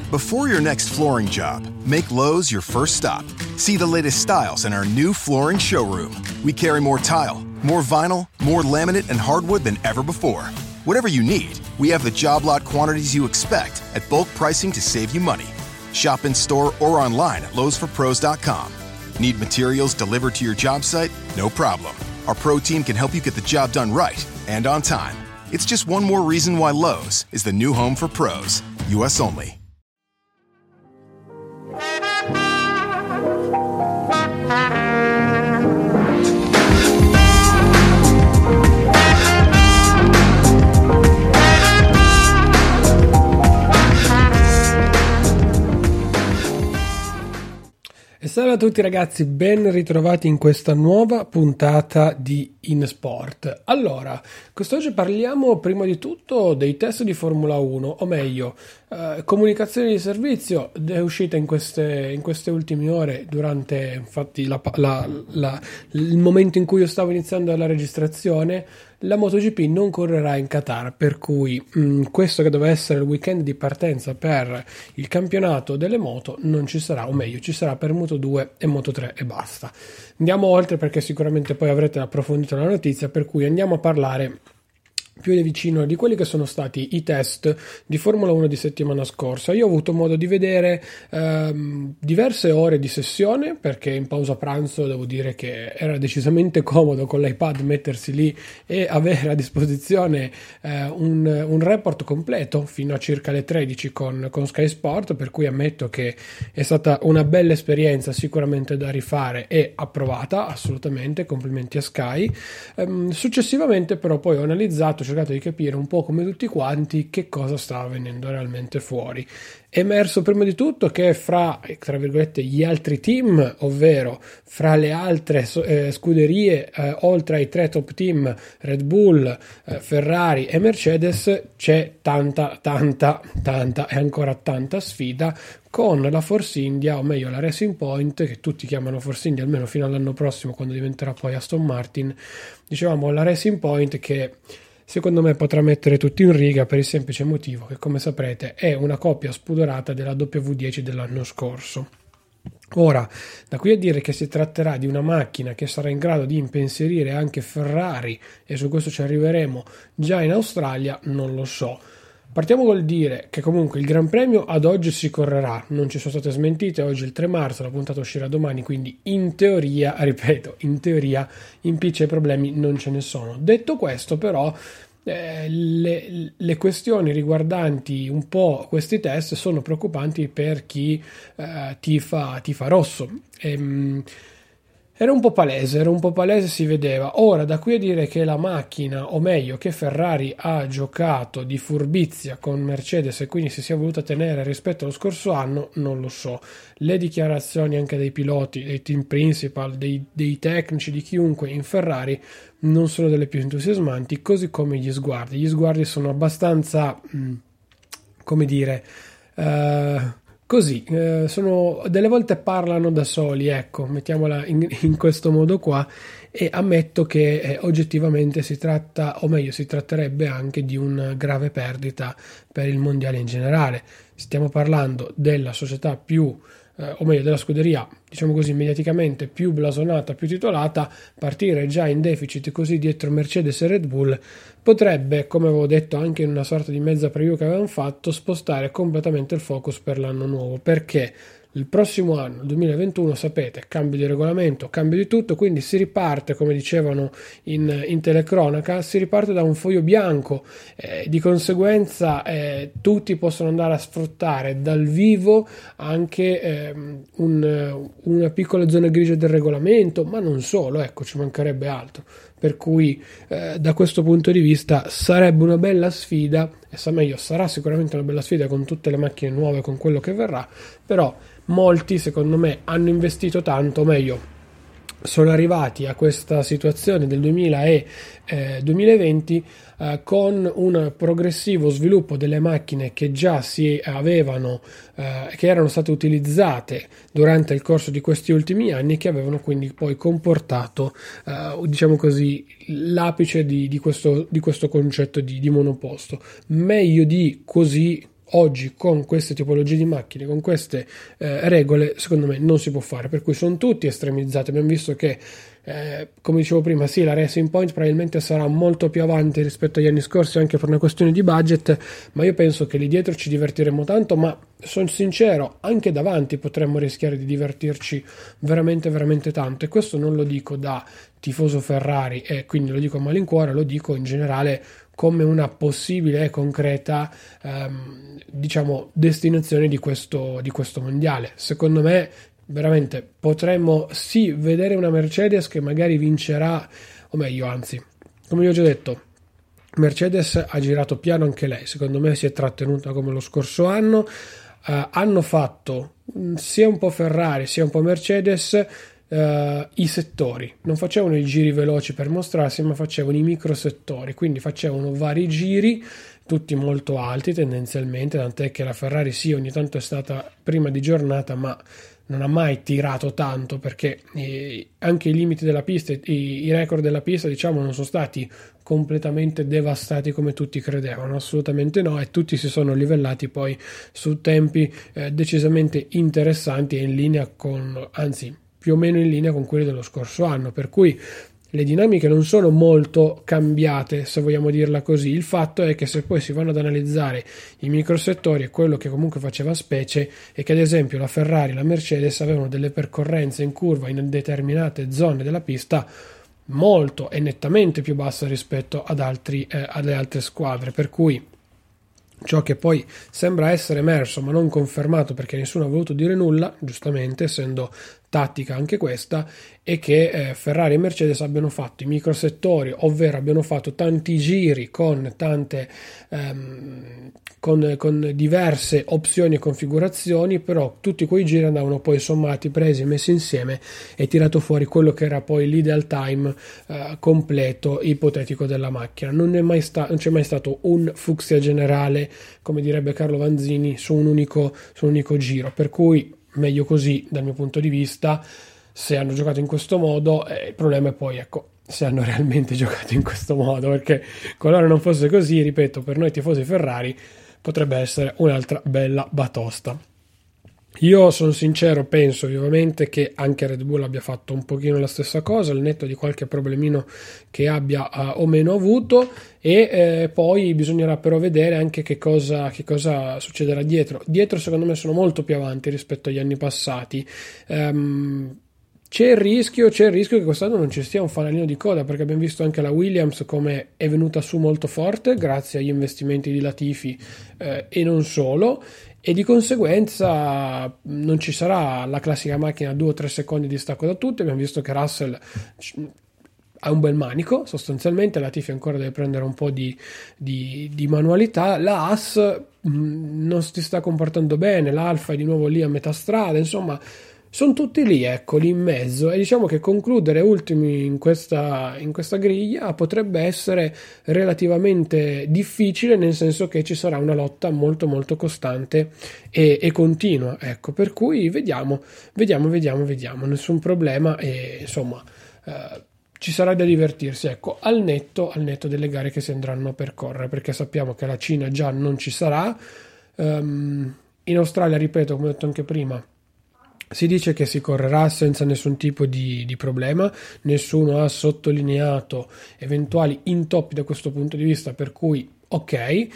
Before your next flooring job, make Lowe's your first stop. See the latest styles in our new flooring showroom. We carry more tile, more vinyl, more laminate and hardwood than ever before. Whatever you need, we have the job lot quantities you expect at bulk pricing to save you money. Shop in store or online at lowesforpros.com. Need materials delivered to your job site? No problem. Our pro team can help you get the job done right and on time. It's just one more reason why Lowe's is the new home for pros. US only. E salve a tutti ragazzi, ben ritrovati in questa nuova puntata di InSport. Allora, quest'oggi parliamo prima di tutto dei test di Formula 1, o meglio, comunicazione di servizio è uscita in queste ultime ore durante infatti il momento in cui io stavo iniziando la registrazione. La MotoGP non correrà in Qatar, per cui questo che doveva essere il weekend di partenza per il campionato delle moto non ci sarà, o meglio ci sarà per Moto2 e Moto3 e basta. Andiamo oltre perché sicuramente poi avrete approfondito la notizia, per cui andiamo a parlare più da vicino di quelli che sono stati i test di Formula 1 di settimana scorsa. Io ho avuto modo di vedere diverse ore di sessione, perché in pausa pranzo devo dire che era decisamente comodo con l'iPad mettersi lì e avere a disposizione un report completo fino a circa le 13 con Sky Sport, per cui ammetto che è stata una bella esperienza, sicuramente da rifare e approvata assolutamente, complimenti a Sky. Successivamente però poi ho analizzato, cercato di capire un po' come tutti quanti che cosa stava venendo realmente fuori. È emerso prima di tutto che fra, tra virgolette, gli altri team, ovvero fra le altre scuderie, oltre ai tre top team Red Bull, Ferrari e Mercedes, c'è tanta e ancora tanta sfida con la Force India, o meglio la Racing Point, che tutti chiamano Force India almeno fino all'anno prossimo quando diventerà poi Aston Martin. Dicevamo la Racing Point, che secondo me potrà mettere tutti in riga per il semplice motivo che, come saprete, è una copia spudorata della W10 dell'anno scorso. Ora, da qui a dire che si tratterà di una macchina che sarà in grado di impensierire anche Ferrari, e su questo ci arriveremo già in Australia, non lo so. Partiamo col dire che comunque il Gran Premio ad oggi si correrà, non ci sono state smentite, oggi è il 3 marzo, la puntata uscirà domani, quindi in teoria, ripeto, in teoria impicci e problemi non ce ne sono. Detto questo però, le questioni riguardanti un po' questi test sono preoccupanti per chi tifa rosso. Era un po' palese, si vedeva. Ora, da qui a dire che la macchina, o meglio che Ferrari ha giocato di furbizia con Mercedes e quindi si sia voluta tenere rispetto allo scorso anno, non lo so. Le dichiarazioni anche dei piloti, dei team principal, dei tecnici, di chiunque in Ferrari non sono delle più entusiasmanti, così come gli sguardi. Gli sguardi sono abbastanza, come dire, così, sono delle volte parlano da soli, ecco, mettiamola in questo modo qua, e ammetto che oggettivamente si tratta, o meglio si tratterebbe anche di una grave perdita per il mondiale in generale. Stiamo parlando della società più, o meglio della scuderia, diciamo così, mediaticamente più blasonata, più titolata. Partire già in deficit così dietro Mercedes e Red Bull potrebbe, come avevo detto anche in una sorta di mezza preview che avevamo fatto, spostare completamente il focus per l'anno nuovo, perché il prossimo anno, il 2021, sapete, cambio di regolamento, cambio di tutto, quindi si riparte, come dicevano in telecronaca, si riparte da un foglio bianco, di conseguenza tutti possono andare a sfruttare dal vivo anche una piccola zona grigia del regolamento, ma non solo, ecco, ci mancherebbe altro. Per cui da questo punto di vista sarebbe una bella sfida, meglio, sarà sicuramente una bella sfida con tutte le macchine nuove, con quello che verrà, però molti secondo me hanno investito tanto, o meglio sono arrivati a questa situazione del 2020 con un progressivo sviluppo delle macchine che già si avevano, che erano state utilizzate durante il corso di questi ultimi anni e che avevano quindi poi comportato, diciamo così, l'apice di questo concetto di monoposto. Meglio di così oggi con queste tipologie di macchine, con queste regole, secondo me non si può fare, per cui sono tutti estremizzati. Abbiamo visto che come dicevo prima, sì, la Racing Point probabilmente sarà molto più avanti rispetto agli anni scorsi anche per una questione di budget, ma io penso che lì dietro ci divertiremo tanto, ma sono sincero, anche davanti potremmo rischiare di divertirci veramente veramente tanto, e questo non lo dico da tifoso Ferrari e quindi lo dico a malincuore, lo dico in generale come una possibile e concreta diciamo destinazione di questo mondiale. Secondo me veramente potremmo sì vedere una Mercedes che magari vincerà, o meglio, anzi, come vi ho già detto, Mercedes ha girato piano anche lei, secondo me si è trattenuta come lo scorso anno. Hanno fatto sia un po' Ferrari sia un po' Mercedes i settori, non facevano i giri veloci per mostrarsi, ma facevano i micro settori, quindi facevano vari giri tutti molto alti tendenzialmente, tant'è che la Ferrari sì, ogni tanto è stata prima di giornata, ma non ha mai tirato tanto, perché anche i limiti della pista, i record della pista, diciamo, non sono stati completamente devastati come tutti credevano, assolutamente no, e tutti si sono livellati poi su tempi decisamente interessanti e in linea con, anzi più o meno in linea con quelli dello scorso anno, per cui le dinamiche non sono molto cambiate, se vogliamo dirla così. Il fatto è che se poi si vanno ad analizzare i microsettori, e quello che comunque faceva specie è che ad esempio la Ferrari e la Mercedes avevano delle percorrenze in curva in determinate zone della pista molto e nettamente più basse rispetto alle altre squadre, per cui ciò che poi sembra essere emerso ma non confermato, perché nessuno ha voluto dire nulla, giustamente, essendo tattica anche questa, è che Ferrari e Mercedes abbiano fatto i microsettori, ovvero abbiano fatto tanti giri con tante con diverse opzioni e configurazioni, però tutti quei giri andavano poi sommati, presi, messi insieme e tirato fuori quello che era poi l'ideal time completo ipotetico della macchina. Non c'è mai stato un fucsia generale, come direbbe Carlo Vanzini, su un unico giro, per cui meglio così dal mio punto di vista. Se hanno giocato in questo modo, il problema è poi, ecco, se hanno realmente giocato in questo modo, perché qualora non fosse così, ripeto, per noi tifosi Ferrari potrebbe essere un'altra bella batosta. Io sono sincero, penso vivamente che anche Red Bull abbia fatto un pochino la stessa cosa, al netto di qualche problemino che abbia o meno avuto, e poi bisognerà però vedere anche che cosa succederà dietro. Dietro secondo me sono molto più avanti rispetto agli anni passati. C'è il rischio che quest'anno non ci sia un fanalino di coda, perché abbiamo visto anche la Williams come è venuta su molto forte grazie agli investimenti di Latifi e non solo, e di conseguenza non ci sarà la classica macchina a 2 o 3 secondi di stacco da tutti. Abbiamo visto che Russell ha un bel manico, sostanzialmente Latifi ancora deve prendere un po' di manualità, la Haas non si sta comportando bene, l'Alfa è di nuovo lì a metà strada, insomma sono tutti lì, ecco, lì in mezzo, e diciamo che concludere ultimi in questa griglia potrebbe essere relativamente difficile, nel senso che ci sarà una lotta molto molto costante e continua, ecco, per cui vediamo, nessun problema, e insomma ci sarà da divertirsi, ecco, al netto delle gare che si andranno a percorrere, perché sappiamo che la Cina già non ci sarà, in Australia, ripeto, come ho detto anche prima, si dice che si correrà senza nessun tipo di problema, nessuno ha sottolineato eventuali intoppi da questo punto di vista, per cui ok,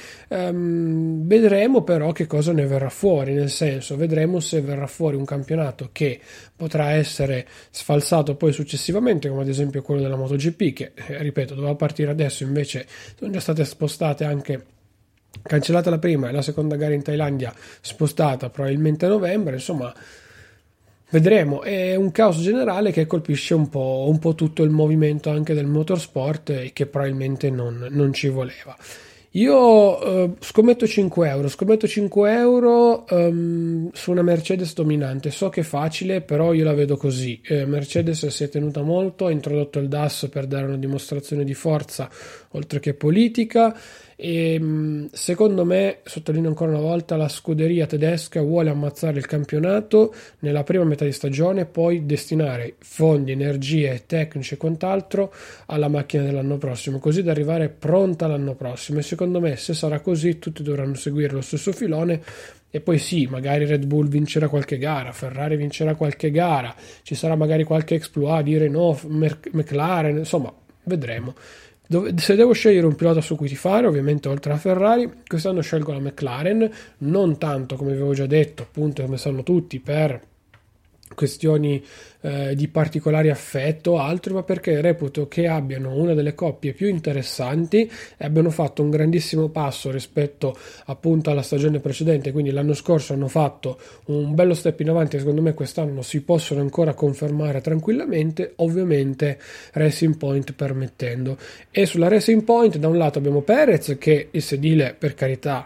vedremo però che cosa ne verrà fuori, nel senso, vedremo se verrà fuori un campionato che potrà essere sfalsato poi successivamente, come ad esempio quello della MotoGP, che ripeto doveva partire adesso, invece sono già state spostate, anche cancellata la prima e la seconda gara in Thailandia spostata probabilmente a novembre, insomma vedremo. È un caos generale che colpisce un po' tutto il movimento anche del motorsport, e che probabilmente non ci voleva. Io scommetto 5 euro su una Mercedes dominante. So che è facile, però io la vedo così. Mercedes si è tenuta molto, ha introdotto il DAS per dare una dimostrazione di forza oltre che politica, e secondo me, sottolineo ancora una volta, la scuderia tedesca vuole ammazzare il campionato nella prima metà di stagione, poi destinare fondi, energie, tecnici e quant'altro alla macchina dell'anno prossimo, così da arrivare pronta l'anno prossimo. E secondo me, se sarà così, tutti dovranno seguire lo stesso filone. E poi sì, magari Red Bull vincerà qualche gara, Ferrari vincerà qualche gara, ci sarà magari qualche exploit, dire no, McLaren, insomma, vedremo. Se devo scegliere un pilota su cui tifare, ovviamente oltre a Ferrari, quest'anno scelgo la McLaren, non tanto come vi avevo già detto, appunto come sanno tutti, per questioni di particolare affetto o altro, ma perché reputo che abbiano una delle coppie più interessanti e abbiano fatto un grandissimo passo rispetto appunto alla stagione precedente. Quindi l'anno scorso hanno fatto un bello step in avanti, secondo me quest'anno si possono ancora confermare tranquillamente, ovviamente Racing Point permettendo. E sulla Racing Point da un lato abbiamo Perez, che il sedile, per carità,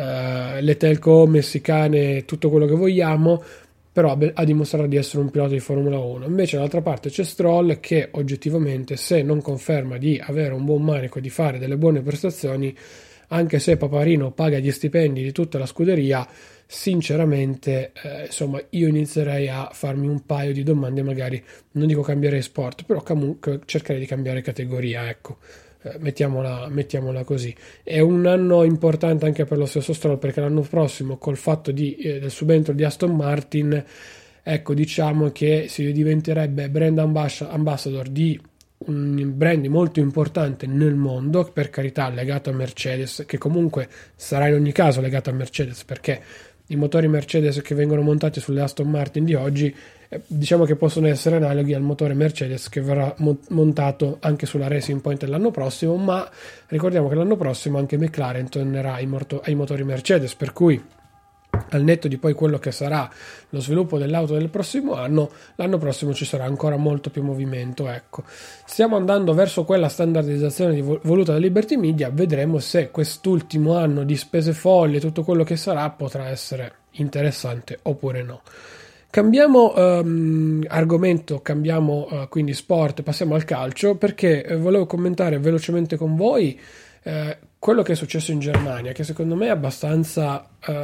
le telco messicane, tutto quello che vogliamo, però ha dimostrato di essere un pilota di Formula 1. Invece dall'altra parte c'è Stroll, che oggettivamente, se non conferma di avere un buon manico e di fare delle buone prestazioni, anche se Paparino paga gli stipendi di tutta la scuderia, sinceramente insomma io inizierei a farmi un paio di domande, magari non dico cambiare sport, però comunque cercare di cambiare categoria, ecco. Mettiamola così. È un anno importante anche per lo stesso Stroll, perché l'anno prossimo, col fatto del subentro di Aston Martin, ecco, diciamo che si diventerebbe brand ambassador di un brand molto importante nel mondo, per carità legato a Mercedes, che comunque sarà in ogni caso legato a Mercedes, perché i motori Mercedes che vengono montati sulle Aston Martin di oggi diciamo che possono essere analoghi al motore Mercedes che verrà montato anche sulla Racing Point l'anno prossimo, ma ricordiamo che l'anno prossimo anche McLaren tornerà ai motori Mercedes, per cui al netto di poi quello che sarà lo sviluppo dell'auto del prossimo anno, l'anno prossimo ci sarà ancora molto più movimento, ecco. Stiamo andando verso quella standardizzazione voluta da Liberty Media, vedremo se quest'ultimo anno di spese folli e tutto quello che sarà potrà essere interessante oppure no. Cambiamo argomento, cambiamo quindi sport, passiamo al calcio, perché volevo commentare velocemente con voi quello che è successo in Germania, che secondo me è abbastanza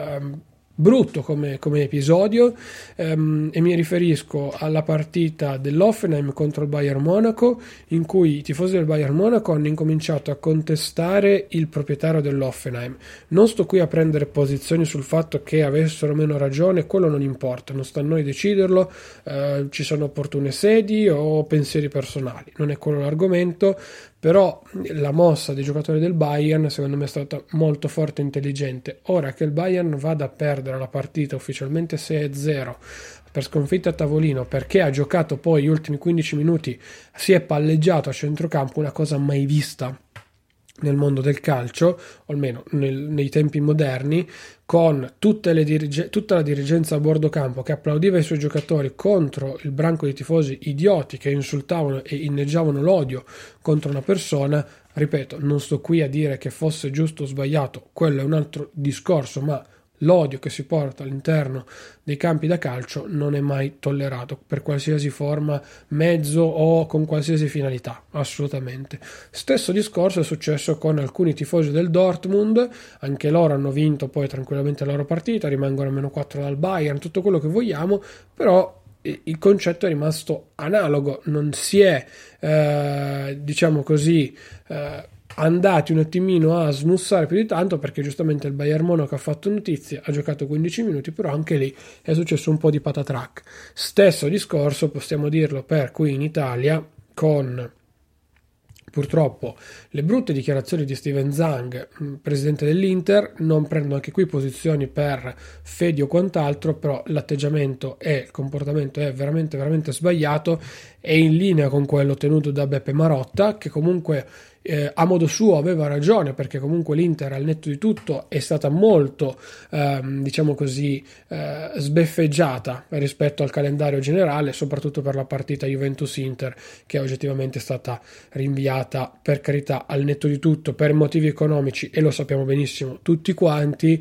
brutto come episodio, e mi riferisco alla partita dell'Hoffenheim contro il Bayern Monaco, in cui i tifosi del Bayern Monaco hanno incominciato a contestare il proprietario dell'Hoffenheim. Non sto qui a prendere posizioni sul fatto che avessero meno ragione, quello non importa, non sta a noi deciderlo, ci sono opportune sedi o pensieri personali, non è quello l'argomento. Però la mossa dei giocatori del Bayern secondo me è stata molto forte e intelligente. Ora che il Bayern vada a perdere la partita ufficialmente 6-0 per sconfitta a tavolino, perché ha giocato poi gli ultimi 15 minuti, si è palleggiato a centrocampo, una cosa mai vista nel mondo del calcio, o almeno nei tempi moderni, con tutta la dirigenza a bordo campo che applaudiva i suoi giocatori contro il branco di tifosi idioti che insultavano e inneggiavano l'odio contro una persona. Ripeto, non sto qui a dire che fosse giusto o sbagliato, quello è un altro discorso, ma l'odio che si porta all'interno dei campi da calcio non è mai tollerato per qualsiasi forma, mezzo o con qualsiasi finalità, assolutamente. Stesso discorso è successo con alcuni tifosi del Dortmund, anche loro hanno vinto poi tranquillamente la loro partita, rimangono a -4 dal Bayern, tutto quello che vogliamo, però il concetto è rimasto analogo, non si è diciamo così andati un attimino a smussare più di tanto, perché giustamente il Bayern Monaco ha fatto notizia, ha giocato 15 minuti, però anche lì è successo un po' di patatrac. Stesso discorso possiamo dirlo per qui in Italia, con purtroppo le brutte dichiarazioni di Steven Zhang, presidente dell'Inter. Non prendo anche qui posizioni per fedi o quant'altro, però l'atteggiamento e il comportamento è veramente veramente sbagliato, è in linea con quello tenuto da Beppe Marotta, che comunque a modo suo aveva ragione, perché comunque l'Inter al netto di tutto è stata molto diciamo così sbeffeggiata rispetto al calendario generale, soprattutto per la partita Juventus-Inter, che oggettivamente è stata rinviata, per carità, al netto di tutto per motivi economici, e lo sappiamo benissimo tutti quanti,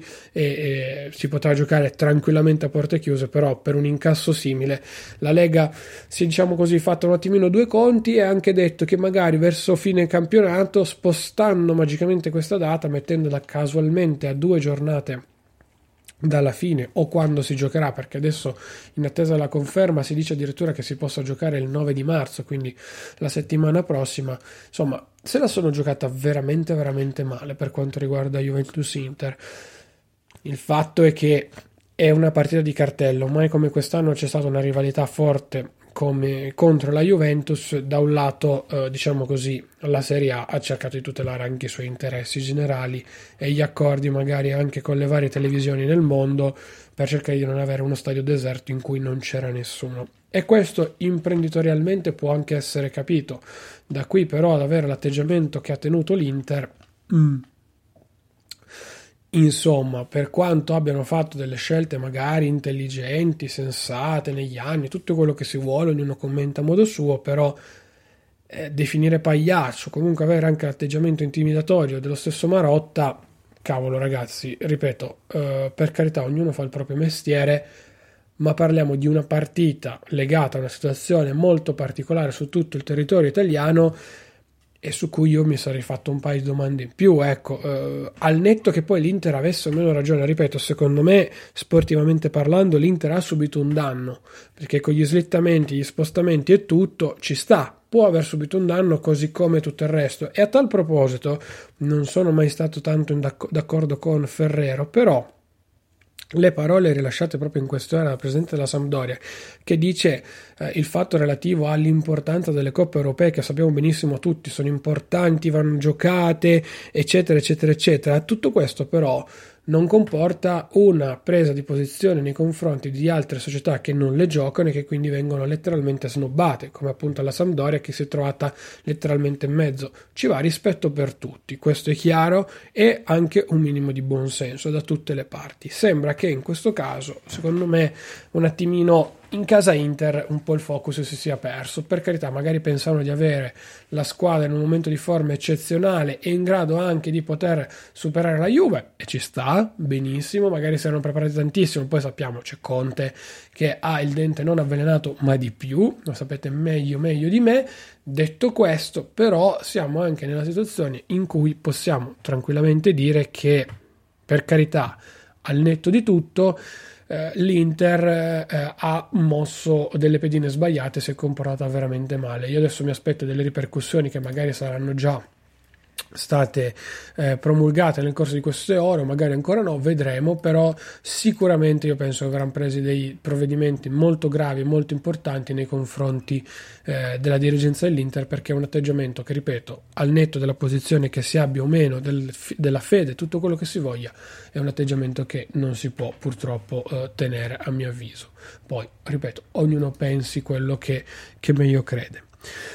e si potrà giocare tranquillamente a porte chiuse, però per un incasso simile la Lega si è, diciamo così, fatta un attimino due conti, e ha anche detto che magari verso fine campionato campionato, spostando magicamente questa data, mettendola casualmente a 2 giornate dalla fine o quando si giocherà, perché adesso in attesa della conferma si dice addirittura che si possa giocare il 9 di marzo, quindi la settimana prossima. Insomma, se la sono giocata veramente veramente male per quanto riguarda Juventus-Inter. Il fatto è che è una partita di cartello, mai come quest'anno c'è stata una rivalità forte come contro la Juventus. Da un lato, diciamo così, la Serie A ha cercato di tutelare anche i suoi interessi generali e gli accordi magari anche con le varie televisioni nel mondo per cercare di non avere uno stadio deserto in cui non c'era nessuno. E questo imprenditorialmente può anche essere capito. Da qui però ad avere l'atteggiamento che ha tenuto l'Inter, insomma, per quanto abbiano fatto delle scelte magari intelligenti, sensate negli anni, tutto quello che si vuole, ognuno commenta a modo suo, però definire pagliaccio, comunque avere anche l'atteggiamento intimidatorio dello stesso Marotta, cavolo ragazzi, ripeto, per carità, ognuno fa il proprio mestiere, ma parliamo di una partita legata a una situazione molto particolare su tutto il territorio italiano e su cui io mi sarei fatto un paio di domande in più, ecco, al netto che poi l'Inter avesse o meno ragione, ripeto, secondo me sportivamente parlando l'Inter ha subito un danno, perché con gli slittamenti, gli spostamenti e tutto ci sta, può aver subito un danno così come tutto il resto. E a tal proposito non sono mai stato tanto d'accordo con Ferrero, però le parole rilasciate proprio in quest'ora dal presidente della Sampdoria, che dice il fatto relativo all'importanza delle coppe europee, che sappiamo benissimo tutti sono importanti, vanno giocate, eccetera eccetera eccetera. Tutto questo però non comporta una presa di posizione nei confronti di altre società che non le giocano e che quindi vengono letteralmente snobbate, come appunto la Sampdoria, che si è trovata letteralmente in mezzo. Ci va rispetto per tutti, questo è chiaro, e anche un minimo di buonsenso da tutte le parti. Sembra che in questo caso, secondo me, un attimino in casa Inter un po' il focus si sia perso. Per carità, magari pensavano di avere la squadra in un momento di forma eccezionale e in grado anche di poter superare la Juve, e ci sta benissimo, magari si erano preparati tantissimo. Poi sappiamo c'è Conte che ha il dente non avvelenato ma di più, lo sapete meglio di me. Detto questo, però siamo anche nella situazione in cui possiamo tranquillamente dire che, per carità, al netto di tutto, l'Inter ha mosso delle pedine sbagliate, si è comportata veramente male. Io adesso mi aspetto delle ripercussioni che magari saranno già state promulgate nel corso di queste ore, o magari ancora no, vedremo, però sicuramente io penso che verranno presi dei provvedimenti molto gravi e molto importanti nei confronti della dirigenza dell'Inter, perché è un atteggiamento che, ripeto, al netto della posizione che si abbia o meno, della fede, tutto quello che si voglia, è un atteggiamento che non si può purtroppo tenere, a mio avviso. Poi, ripeto, ognuno pensi quello che meglio crede.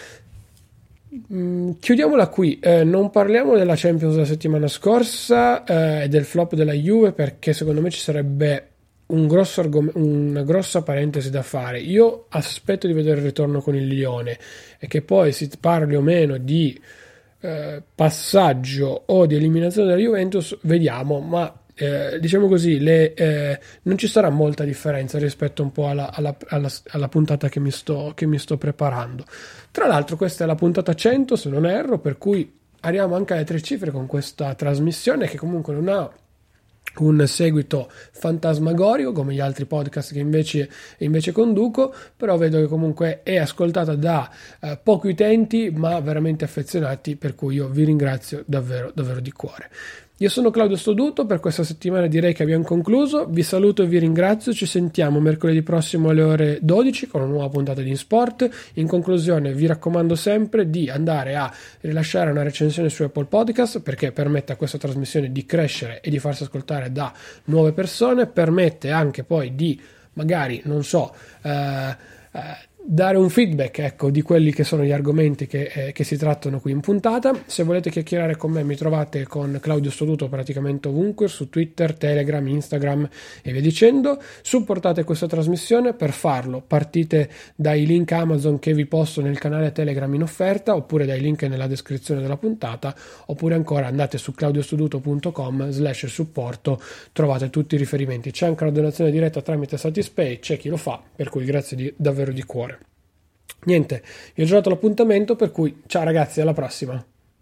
Chiudiamola qui, non parliamo della Champions della settimana scorsa e del flop della Juve, perché secondo me ci sarebbe una grossa parentesi da fare. Io aspetto di vedere il ritorno con il Lione, e che poi si parli o meno di passaggio o di eliminazione della Juventus, vediamo, ma diciamo così, non ci sarà molta differenza rispetto un po' alla puntata che mi sto preparando. Tra l'altro questa è la puntata 100 se non erro, per cui arriviamo anche alle 3 cifre con questa trasmissione, che comunque non ha un seguito fantasmagorico come gli altri podcast che invece conduco, però vedo che comunque è ascoltata da pochi utenti ma veramente affezionati, per cui io vi ringrazio davvero davvero di cuore. Io sono Claudio Stoduto, per questa settimana direi che abbiamo concluso, vi saluto e vi ringrazio, ci sentiamo mercoledì prossimo alle ore 12 con una nuova puntata di InSport. In conclusione vi raccomando sempre di andare a rilasciare una recensione su Apple Podcast, perché permette a questa trasmissione di crescere e di farsi ascoltare da nuove persone, permette anche poi di magari, non so, dare un feedback, ecco, di quelli che sono gli argomenti che si trattano qui in puntata. Se volete chiacchierare con me mi trovate con Claudio Stoduto praticamente ovunque, su Twitter, Telegram, Instagram e via dicendo. Supportate questa trasmissione, per farlo partite dai link Amazon che vi posto nel canale Telegram in offerta, oppure dai link nella descrizione della puntata, oppure ancora andate su claudiostoduto.com/supporto, trovate tutti i riferimenti. C'è anche una donazione diretta tramite Satispay, c'è chi lo fa, per cui grazie davvero di cuore. Niente, vi ho giurato l'appuntamento, per cui ciao ragazzi, alla prossima.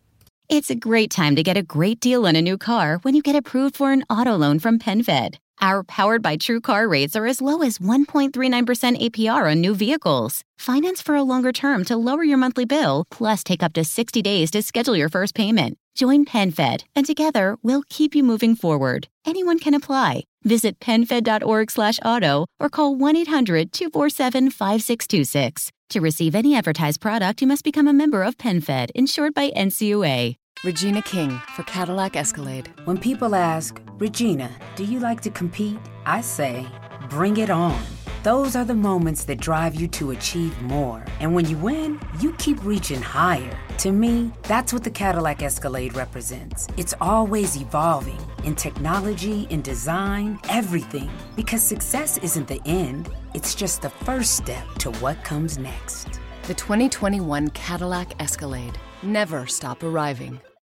It's a great time to get a great deal on a new car when you get approved for an auto loan from PenFed. Our Powered by True car rates are as low as 1.39% APR on new vehicles. Finance for a longer term to lower your monthly bill, plus take up to 60 days to schedule your first payment. Join PenFed, and together we'll keep you moving forward. Anyone can apply. Visit PenFed.org/auto or call 1-800-247-5626. To receive any advertised product, you must become a member of PenFed, insured by NCUA. Regina King for Cadillac Escalade. When people ask, Regina, do you like to compete? I say, bring it on. Those are the moments that drive you to achieve more. And when you win, you keep reaching higher. To me, that's what the Cadillac Escalade represents. It's always evolving in technology, in design, everything. Because success isn't the end, it's just the first step to what comes next. The 2021 Cadillac Escalade. Never stop arriving.